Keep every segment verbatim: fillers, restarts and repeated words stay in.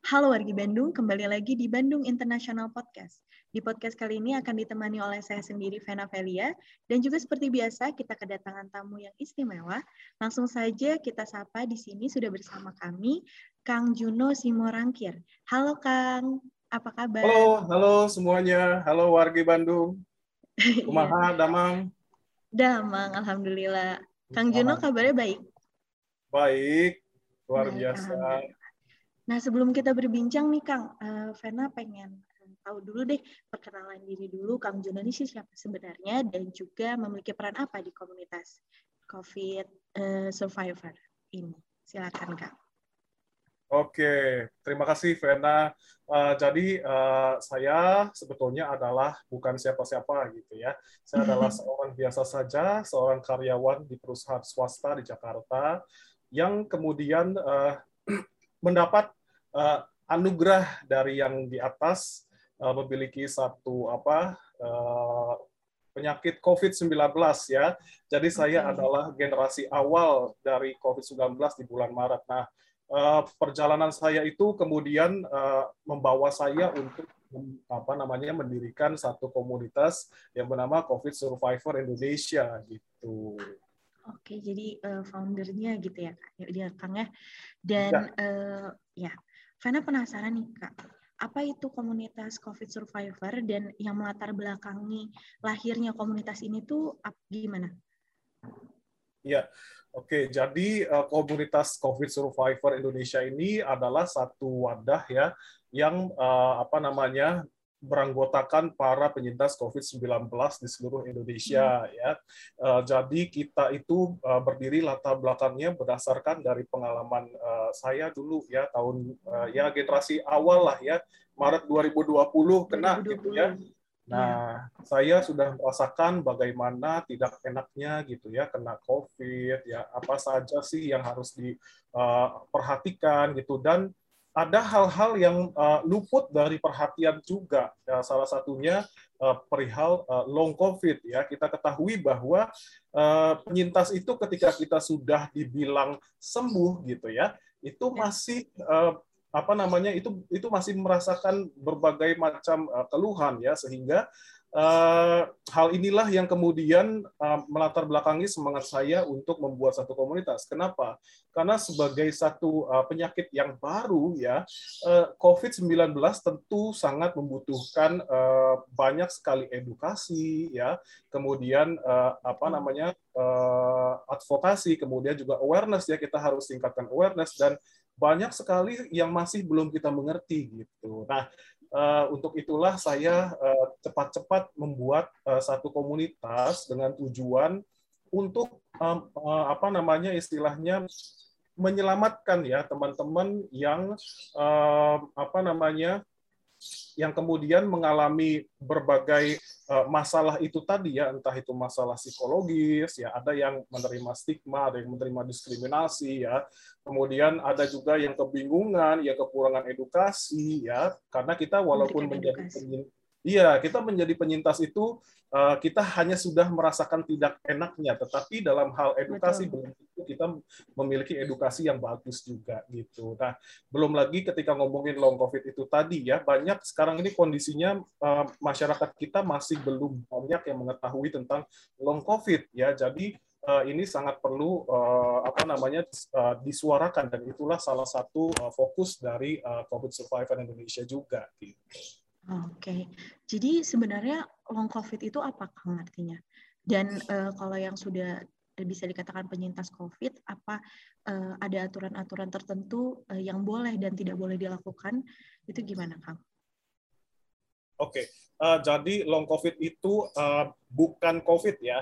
Halo wargi Bandung, kembali lagi di Bandung International Podcast. Di podcast kali ini akan ditemani oleh saya sendiri, Vena Velia, dan juga seperti biasa kita kedatangan tamu yang istimewa. Langsung saja kita sapa di sini sudah bersama kami, Kang Juno Simorangkir. Halo Kang, apa kabar? Halo, halo semuanya. Halo wargi Bandung. Kumaha, Damang? Damang, Alhamdulillah. Kang Juno kabarnya baik? Baik, luar Baik, biasa. Nah, sebelum kita berbincang nih, Kang, uh, Vena pengen tahu dulu deh, perkenalan diri dulu, Kang Juno ini siapa sebenarnya, dan juga memiliki peran apa di komunitas COVID uh, Survivor ini. Silakan, Kang. Oke, terima kasih, Vena. Uh, jadi, uh, saya sebetulnya adalah bukan siapa-siapa gitu ya. Saya adalah seorang biasa saja, seorang karyawan di perusahaan swasta di Jakarta, yang kemudian uh, mendapat uh, anugerah dari yang di atas, uh, memiliki satu apa uh, penyakit covid sembilan belas ya. Jadi saya okay. adalah generasi awal dari covid sembilan belas di bulan Maret. Nah, uh, perjalanan saya itu kemudian uh, membawa saya untuk apa namanya mendirikan satu komunitas yang bernama COVID Survivor Indonesia gitu. Oke, jadi uh, foundernya gitu ya, Kak. Ya, Kang ya. Dan ya, uh, ya, Vena penasaran nih, Kak. Apa itu komunitas COVID Survivor dan yang melatar belakangi lahirnya komunitas ini tuh gimana? Ya, oke. Jadi uh, komunitas COVID Survivor Indonesia ini adalah satu wadah ya yang uh, apa namanya beranggotakan para penyintas covid sembilan belas di seluruh Indonesia hmm. ya. Uh, jadi kita itu uh, berdiri latar belakangnya berdasarkan dari pengalaman uh, saya dulu ya tahun uh, ya generasi awal lah ya Maret dua ribu dua puluh kena dua ribu dua puluh. Gitu ya. Nah, ya. Saya sudah merasakan bagaimana tidak enaknya gitu ya kena COVID ya, apa saja sih yang harus diperhatikan uh, gitu, dan ada hal-hal yang uh, luput dari perhatian juga. Ya, salah satunya uh, perihal uh, long COVID ya. Kita ketahui bahwa uh, penyintas itu ketika kita sudah dibilang sembuh gitu ya, itu masih uh, apa namanya itu itu masih merasakan berbagai macam uh, keluhan ya, sehingga uh, hal inilah yang kemudian uh, melatar belakangi semangat saya untuk membuat satu komunitas. Kenapa? Karena sebagai satu uh, penyakit yang baru ya, uh, covid sembilan belas tentu sangat membutuhkan uh, banyak sekali edukasi ya, kemudian uh, apa namanya uh, advokasi, kemudian juga awareness ya, kita harus tingkatkan awareness, dan banyak sekali yang masih belum kita mengerti gitu. Nah, uh, untuk itulah saya uh, cepat-cepat membuat uh, satu komunitas dengan tujuan untuk um, uh, apa namanya istilahnya menyelamatkan ya teman-teman yang uh, apa namanya yang kemudian mengalami berbagai uh, masalah itu tadi ya, entah itu masalah psikologis ya, ada yang menerima stigma, ada yang menerima diskriminasi ya, kemudian ada juga yang kebingungan, ya kekurangan edukasi ya, karena kita walaupun menjadi penyintas, iya kita menjadi penyintas itu uh, kita hanya sudah merasakan tidak enaknya, tetapi dalam hal edukasi belum tentu kita memiliki edukasi yang bagus juga gitu. Nah, belum lagi ketika ngomongin long COVID itu tadi ya, banyak sekarang ini kondisinya uh, masyarakat kita masih belum banyak yang mengetahui tentang long COVID ya. Jadi uh, ini sangat perlu uh, apa namanya uh, disuarakan, dan itulah salah satu uh, fokus dari uh, COVID Survivor Indonesia juga gitu. Oke, jadi sebenarnya long COVID itu apa Kang artinya? Dan uh, kalau yang sudah bisa dikatakan penyintas COVID, apa uh, ada aturan-aturan tertentu uh, yang boleh dan tidak boleh dilakukan? Itu gimana Kang? Oke, okay. uh, jadi long COVID itu uh, bukan COVID ya.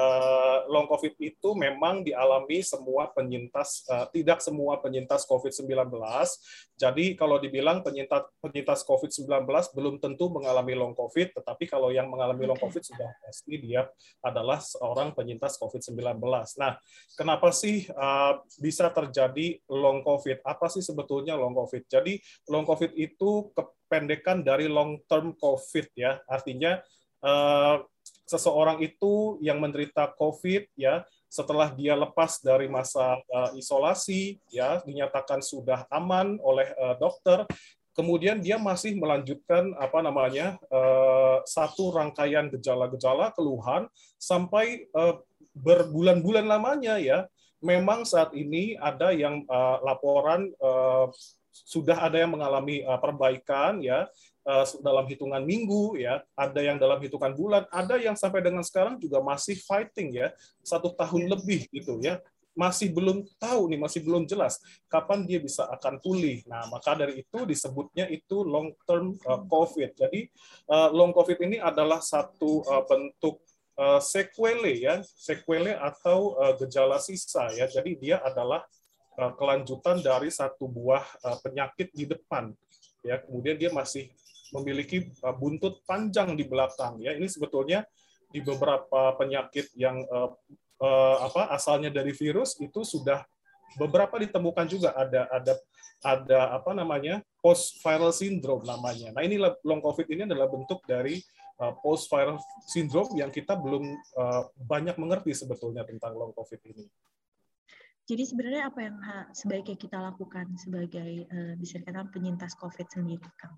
Uh, long COVID itu memang dialami semua penyintas, uh, tidak semua penyintas covid sembilan belas. Jadi kalau dibilang penyintas penyintas covid sembilan belas belum tentu mengalami long COVID, tetapi kalau yang mengalami long COVID sudah pasti dia adalah seorang penyintas covid sembilan belas. Nah, kenapa sih uh, bisa terjadi long COVID? Apa sih sebetulnya long COVID? Jadi long COVID itu kependekan dari long term COVID ya, artinya uh, seseorang itu yang menderita COVID ya, setelah dia lepas dari masa uh, isolasi ya, dinyatakan sudah aman oleh uh, dokter, kemudian dia masih melanjutkan apa namanya uh, satu rangkaian gejala-gejala keluhan sampai uh, berbulan-bulan lamanya ya. Memang saat ini ada yang uh, laporan uh, sudah ada yang mengalami uh, perbaikan ya, Uh, dalam hitungan minggu ya, ada yang dalam hitungan bulan, ada yang sampai dengan sekarang juga masih fighting ya, satu tahun lebih gitu ya, masih belum tahu nih, masih belum jelas kapan dia bisa akan pulih. Nah, maka dari itu disebutnya itu long term uh, COVID. Jadi uh, long COVID ini adalah satu uh, bentuk uh, sequelae ya, sequelae atau uh, gejala sisa ya. Jadi dia adalah uh, kelanjutan dari satu buah uh, penyakit di depan ya. Kemudian dia masih memiliki buntut panjang di belakang ya. Ini sebetulnya di beberapa penyakit yang uh, uh, apa asalnya dari virus itu sudah beberapa ditemukan juga ada ada ada apa namanya post viral syndrome namanya. Nah, ini long COVID ini adalah bentuk dari uh, post viral syndrome yang kita belum uh, banyak mengerti sebetulnya tentang long COVID ini. Jadi sebenarnya apa yang sebaiknya kita lakukan sebagai uh, bisa dikatakan penyintas COVID sendiri, Kang?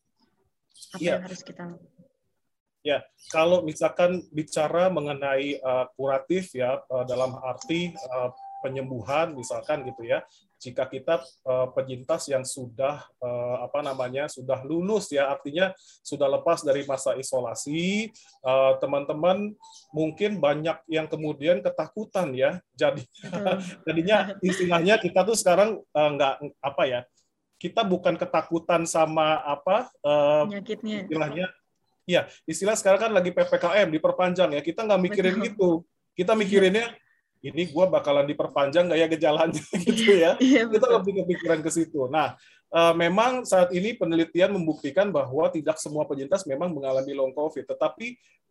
Apa ya. yang harus kita lakukan? Ya, kalau misalkan bicara mengenai uh, kuratif ya, uh, dalam arti uh, penyembuhan misalkan gitu ya, jika kita uh, penyintas yang sudah uh, apa namanya sudah lulus ya, artinya sudah lepas dari masa isolasi, uh, teman-teman mungkin banyak yang kemudian ketakutan ya, jadi jadinya istilahnya kita tuh sekarang uh, nggak apa ya, kita bukan ketakutan sama apa uh, penyakitnya, istilahnya. Ya, istilah sekarang kan lagi P P K M diperpanjang ya. Kita nggak mikirin Betul. itu. Kita mikirinnya ini gue bakalan diperpanjang nggak ya gejalanya gitu ya. Iya, Kita lebih kepikiran ke situ. Nah, memang saat ini penelitian membuktikan bahwa tidak semua penyintas memang mengalami long COVID, tetapi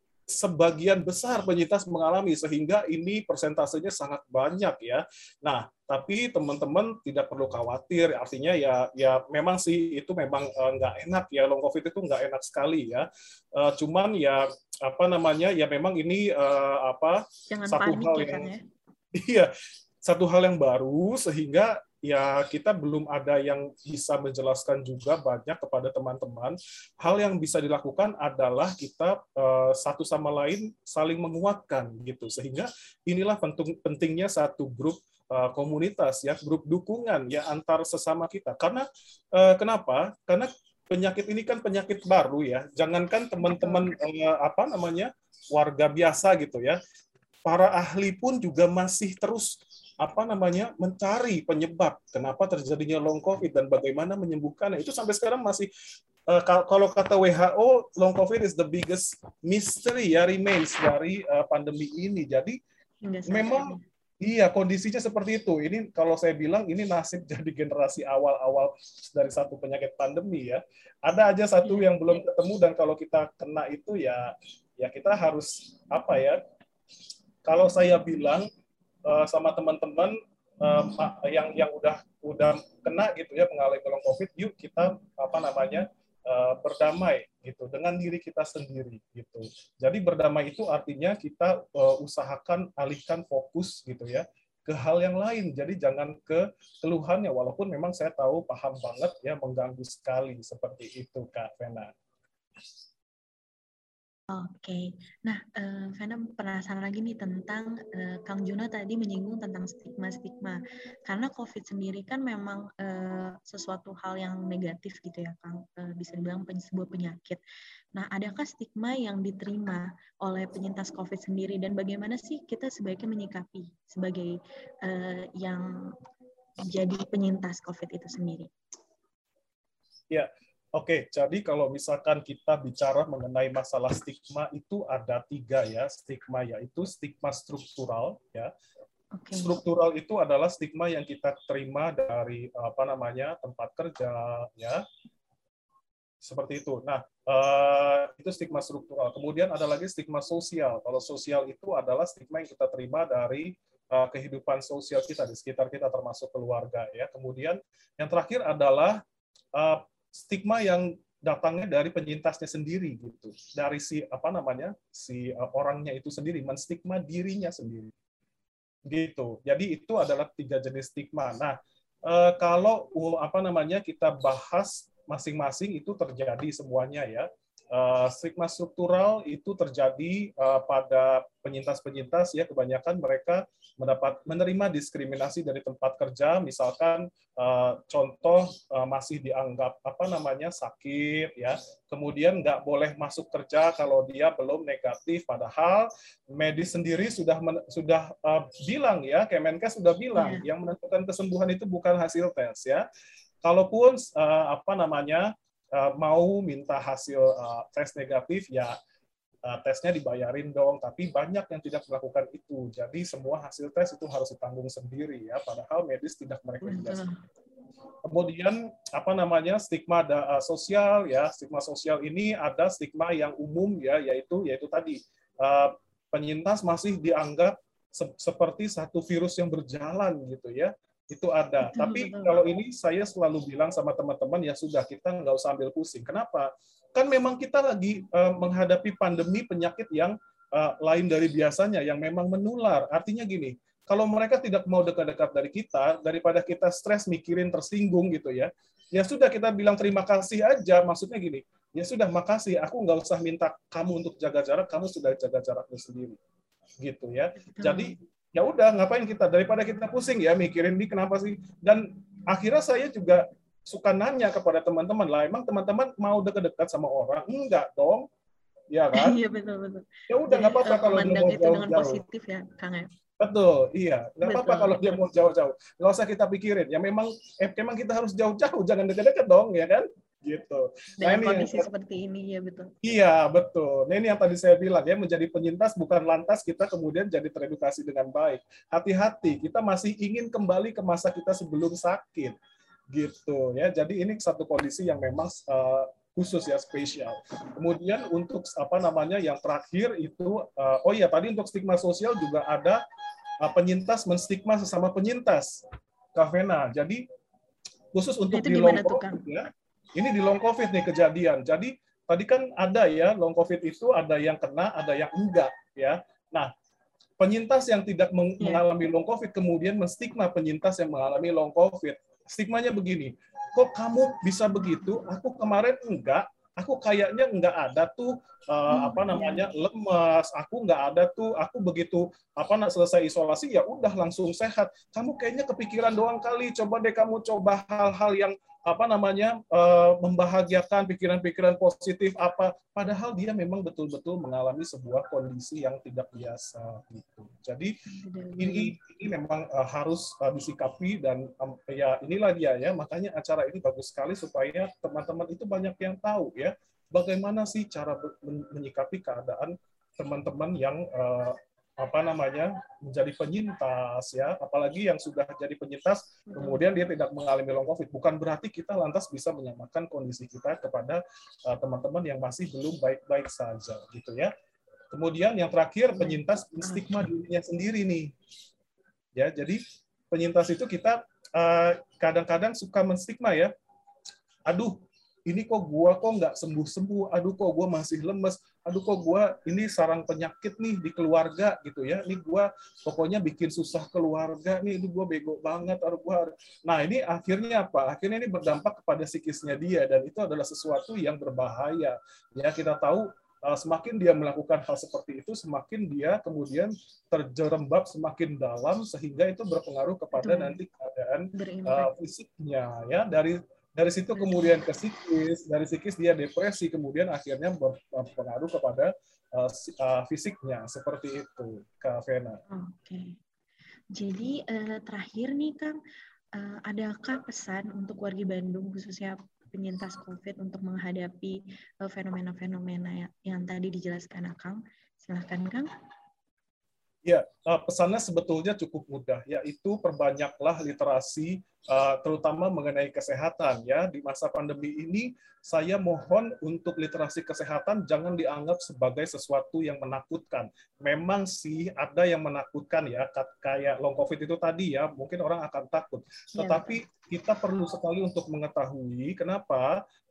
sebagian besar penyintas mengalami, sehingga ini persentasenya sangat banyak ya. Nah, tapi teman-teman tidak perlu khawatir, artinya ya ya memang sih itu memang uh, nggak enak ya, long COVID itu nggak enak sekali ya. Uh, cuman ya apa namanya ya memang ini uh, apa Jangan satu panik, hal ya, yang kan, ya? Iya, satu hal yang baru sehingga ya kita belum ada yang bisa menjelaskan juga banyak kepada teman-teman. Hal yang bisa dilakukan adalah kita uh, satu sama lain saling menguatkan gitu, sehingga inilah penting, pentingnya satu grup uh, komunitas ya, grup dukungan ya antar sesama kita. Karena uh, kenapa? Karena penyakit ini kan penyakit baru ya. Jangankan teman-teman uh, apa namanya warga biasa gitu ya, para ahli pun juga masih terus apa namanya mencari penyebab kenapa terjadinya long COVID dan bagaimana menyembuhkannya. Itu sampai sekarang masih uh, kalau kata W H O, long COVID is the biggest mystery ya, remains dari uh, pandemi ini. Jadi memang iya kondisinya seperti itu. Ini kalau saya bilang ini nasib jadi generasi awal-awal dari satu penyakit pandemi ya. Ada aja satu yang belum ketemu, dan kalau kita kena itu ya ya kita harus apa ya? Kalau saya bilang uh, sama teman-teman uh, yang yang udah udah kena gitu ya, mengalami long COVID, yuk kita apa namanya uh, berdamai gitu dengan diri kita sendiri gitu. Jadi berdamai itu artinya kita uh, usahakan alihkan fokus gitu ya ke hal yang lain. Jadi jangan ke keluhannya, walaupun memang saya tahu paham banget ya, mengganggu sekali seperti itu Kak Vena. Oke, nah uh, Vena penasaran lagi nih tentang uh, Kang Juno tadi menyinggung tentang stigma-stigma, karena COVID sendiri kan memang uh, sesuatu hal yang negatif gitu ya Kang, uh, bisa dibilang pen- sebuah penyakit. Nah, adakah stigma yang diterima oleh penyintas COVID sendiri, dan bagaimana sih kita sebaiknya menyikapi sebagai uh, yang jadi penyintas COVID itu sendiri? Ya. Oke, jadi kalau misalkan kita bicara mengenai masalah stigma, itu ada tiga ya stigma, yaitu stigma struktural ya. Okay. Struktural itu adalah stigma yang kita terima dari apa namanya tempat kerja ya, seperti itu. Nah, itu stigma struktural. Kemudian ada lagi stigma sosial. Kalau sosial itu adalah stigma yang kita terima dari kehidupan sosial kita di sekitar kita, termasuk keluarga ya. Kemudian yang terakhir adalah stigma yang datangnya dari penyintasnya sendiri gitu, dari si apa namanya si uh, orangnya itu sendiri menstigma dirinya sendiri gitu. Jadi itu adalah tiga jenis stigma. Nah, uh, kalau uh, apa namanya kita bahas masing-masing itu terjadi semuanya ya. Uh, stigma struktural itu terjadi uh, pada penyintas-penyintas ya, kebanyakan mereka mendapat menerima diskriminasi dari tempat kerja, misalkan uh, contoh uh, masih dianggap apa namanya sakit ya, kemudian nggak boleh masuk kerja kalau dia belum negatif, padahal medis sendiri sudah men, sudah uh, bilang ya, Kemenkes sudah bilang yeah. yang menentukan kesembuhan itu bukan hasil tes ya. Kalaupun uh, apa namanya uh, mau minta hasil uh, tes negatif ya uh, tesnya dibayarin dong, tapi banyak yang tidak melakukan itu. Jadi semua hasil tes itu harus ditanggung sendiri ya, padahal medis tidak merekomendasikan. Kemudian apa namanya stigma uh, sosial ya, stigma sosial ini ada stigma yang umum ya, yaitu yaitu tadi uh, penyintas masih dianggap se seperti satu virus yang berjalan gitu ya. Itu ada. Betul, tapi betul. Kalau ini saya selalu bilang sama teman-teman, ya sudah, kita nggak usah ambil pusing. Kenapa? Kan memang kita lagi uh, menghadapi pandemi penyakit yang uh, lain dari biasanya, yang memang menular. Artinya gini, kalau mereka tidak mau dekat-dekat dari kita, daripada kita stres mikirin tersinggung gitu ya, ya sudah kita bilang terima kasih aja. Maksudnya gini, ya sudah makasih, aku nggak usah minta kamu untuk jaga jarak, kamu sudah jaga jarakmu sendiri. Gitu ya. Betul. Jadi ya udah, ngapain kita, daripada kita pusing ya mikirin ini kenapa sih. Dan akhirnya saya juga suka nanya kepada teman-teman lah, emang teman-teman mau dekat-dekat sama orang? Enggak dong, ya kan? Iya betul betul. Ya udah, nggak apa-apa kalau dia mau jauh-jauh dengan positif ya Kang ya. Betul, iya, nggak apa-apa kalau dia mau jauh-jauh, nggak usah kita pikirin ya, memang eh, memang kita harus jauh-jauh, jangan dekat-dekat dong ya kan, gitu. Dengan nah, kondisi yang, seperti ini ya betul. Iya betul. Nah ini yang tadi saya bilang ya, menjadi penyintas bukan lantas kita kemudian jadi teredukasi dengan baik. Hati-hati, kita masih ingin kembali ke masa kita sebelum sakit, gitu ya. Jadi ini satu kondisi yang memang uh, khusus ya, spesial. Kemudian untuk apa namanya yang terakhir itu, uh, oh iya tadi untuk stigma sosial juga ada uh, penyintas menstigma sesama penyintas, Kak Vena. Jadi khusus untuk itu di long COVID ya. Ini di long COVID nih kejadian. Jadi tadi kan ada ya, long COVID itu ada yang kena, ada yang enggak ya. Nah, penyintas yang tidak meng- yeah. mengalami long COVID kemudian menstigma penyintas yang mengalami long COVID. Stigmanya begini, kok kamu bisa begitu? Aku kemarin enggak, aku kayaknya enggak ada tuh uh, apa namanya lemas, aku enggak ada tuh, aku begitu apa selesai isolasi ya udah langsung sehat. Kamu kayaknya kepikiran doang kali. Coba deh kamu coba hal-hal yang apa namanya uh, membahagiakan, pikiran-pikiran positif apa, padahal dia memang betul-betul mengalami sebuah kondisi yang tidak biasa gitu. Jadi ini ini memang uh, harus uh, disikapi dan um, ya inilah dia ya, makanya acara ini bagus sekali supaya teman-teman itu banyak yang tahu ya bagaimana sih cara menyikapi keadaan teman-teman yang uh, apa namanya menjadi penyintas ya, apalagi yang sudah jadi penyintas kemudian dia tidak mengalami long COVID, bukan berarti kita lantas bisa menyamakan kondisi kita kepada teman-teman uh, yang masih belum baik-baik saja gitu ya. Kemudian yang terakhir, penyintas stigma dirinya sendiri nih ya. Jadi penyintas itu kita kadang-kadang uh, suka menstigma ya, aduh ini kok gua kok nggak sembuh-sembuh, aduh kok gua masih lemes, aduh kok gua ini sarang penyakit nih di keluarga gitu ya, ini gua pokoknya bikin susah keluarga nih, ini gua bego banget, aduh gua. Nah ini akhirnya apa? Akhirnya ini berdampak kepada psikisnya dia dan itu adalah sesuatu yang berbahaya. Ya kita tahu semakin dia melakukan hal seperti itu, semakin dia kemudian terjerembab semakin dalam sehingga itu berpengaruh kepada Betul. nanti keadaan uh, fisiknya ya. Dari Dari situ kemudian ke psikis, dari psikis dia depresi, kemudian akhirnya berpengaruh kepada uh, fisiknya, seperti itu, Kak Vena. Oke. Jadi uh, terakhir nih Kang, uh, adakah pesan untuk warga Bandung khususnya penyintas COVID untuk menghadapi uh, fenomena-fenomena yang, yang tadi dijelaskan Kang? Silahkan Kang. Ya, pesannya sebetulnya cukup mudah, yaitu perbanyaklah literasi, terutama mengenai kesehatan. Ya, di masa pandemi ini, saya mohon untuk literasi kesehatan jangan dianggap sebagai sesuatu yang menakutkan. Memang sih ada yang menakutkan ya, kayak long COVID itu tadi ya, mungkin orang akan takut. Tetapi kita perlu sekali untuk mengetahui kenapa.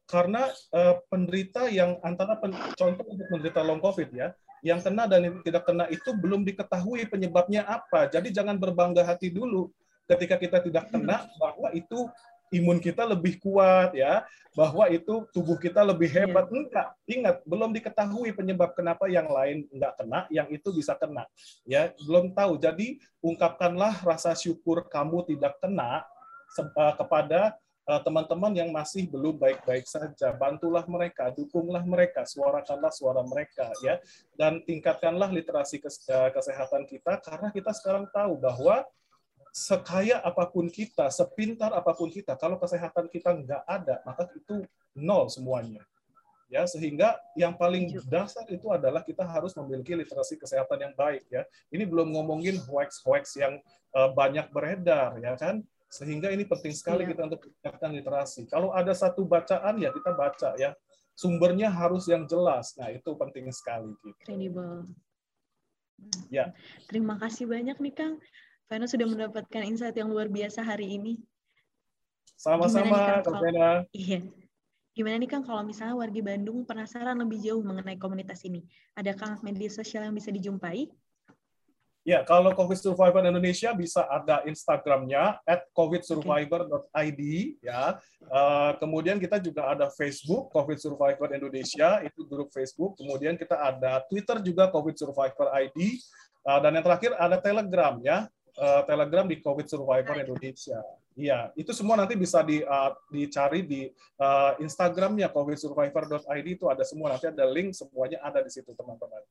karena uh, penderita yang antara pen, contoh untuk penderita long COVID ya, yang kena dan yang tidak kena itu belum diketahui penyebabnya apa. Jadi jangan berbangga hati dulu ketika kita tidak kena bahwa itu imun kita lebih kuat ya, bahwa itu tubuh kita lebih hebat. Yeah. Enggak, ingat belum diketahui penyebab kenapa yang lain enggak kena, yang itu bisa kena. Ya, belum tahu. Jadi ungkapkanlah rasa syukur kamu tidak kena uh, kepada uh, teman-teman yang masih belum baik-baik saja. Bantulah mereka, dukunglah mereka, suarakanlah suara mereka ya, dan tingkatkanlah literasi kes- uh, kesehatan kita karena kita sekarang tahu bahwa sekaya apapun kita, sepintar apapun kita, kalau kesehatan kita nggak ada, maka itu nol semuanya. Ya, sehingga yang paling dasar itu adalah kita harus memiliki literasi kesehatan yang baik. Ya, ini belum ngomongin hoax-hoax yang uh, banyak beredar, ya kan? Sehingga ini penting sekali yeah. kita untuk meningkatkan literasi. Kalau ada satu bacaan ya kita baca ya, sumbernya harus yang jelas. Nah itu penting sekali. Gitu. Kredibel. Ya. Terima kasih banyak nih Kang. Vena sudah mendapatkan insight yang luar biasa hari ini. Sama-sama, Kak Vena. Iya. Gimana nih Kang, kalau misalnya warga Bandung penasaran lebih jauh mengenai komunitas ini? Adakah media sosial yang bisa dijumpai? Ya, kalau COVID Survivor Indonesia bisa ada Instagramnya at covid survivor dot i d ya. Uh, kemudian kita juga ada Facebook COVID Survivor Indonesia, itu grup Facebook. Kemudian kita ada Twitter juga COVID Survivor I D. Uh, dan yang terakhir ada Telegram ya. Uh, Telegram di COVID Survivor Indonesia. Iya, itu semua nanti bisa di, uh, dicari di uh, Instagramnya covid survivor dot i d, itu ada semua, nanti ada link, semuanya ada di situ teman-teman.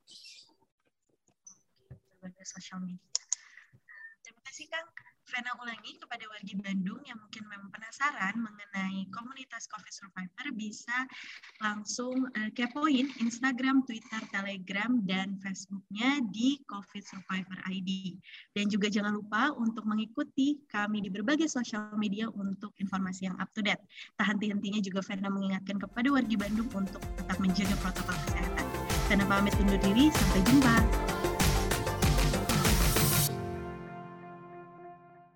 Sosial media. Terima kasih Kang. Vena ulangi kepada warga Bandung yang mungkin memang penasaran mengenai komunitas COVID Survivor, bisa langsung uh, kepoin Instagram, Twitter, Telegram, dan Facebooknya di COVID Survivor I D. Dan juga jangan lupa untuk mengikuti kami di berbagai sosial media untuk informasi yang up to date. Tak henti-hentinya juga Vena mengingatkan kepada warga Bandung untuk tetap menjaga protokol kesehatan. Vena pamit undur diri, sampai jumpa.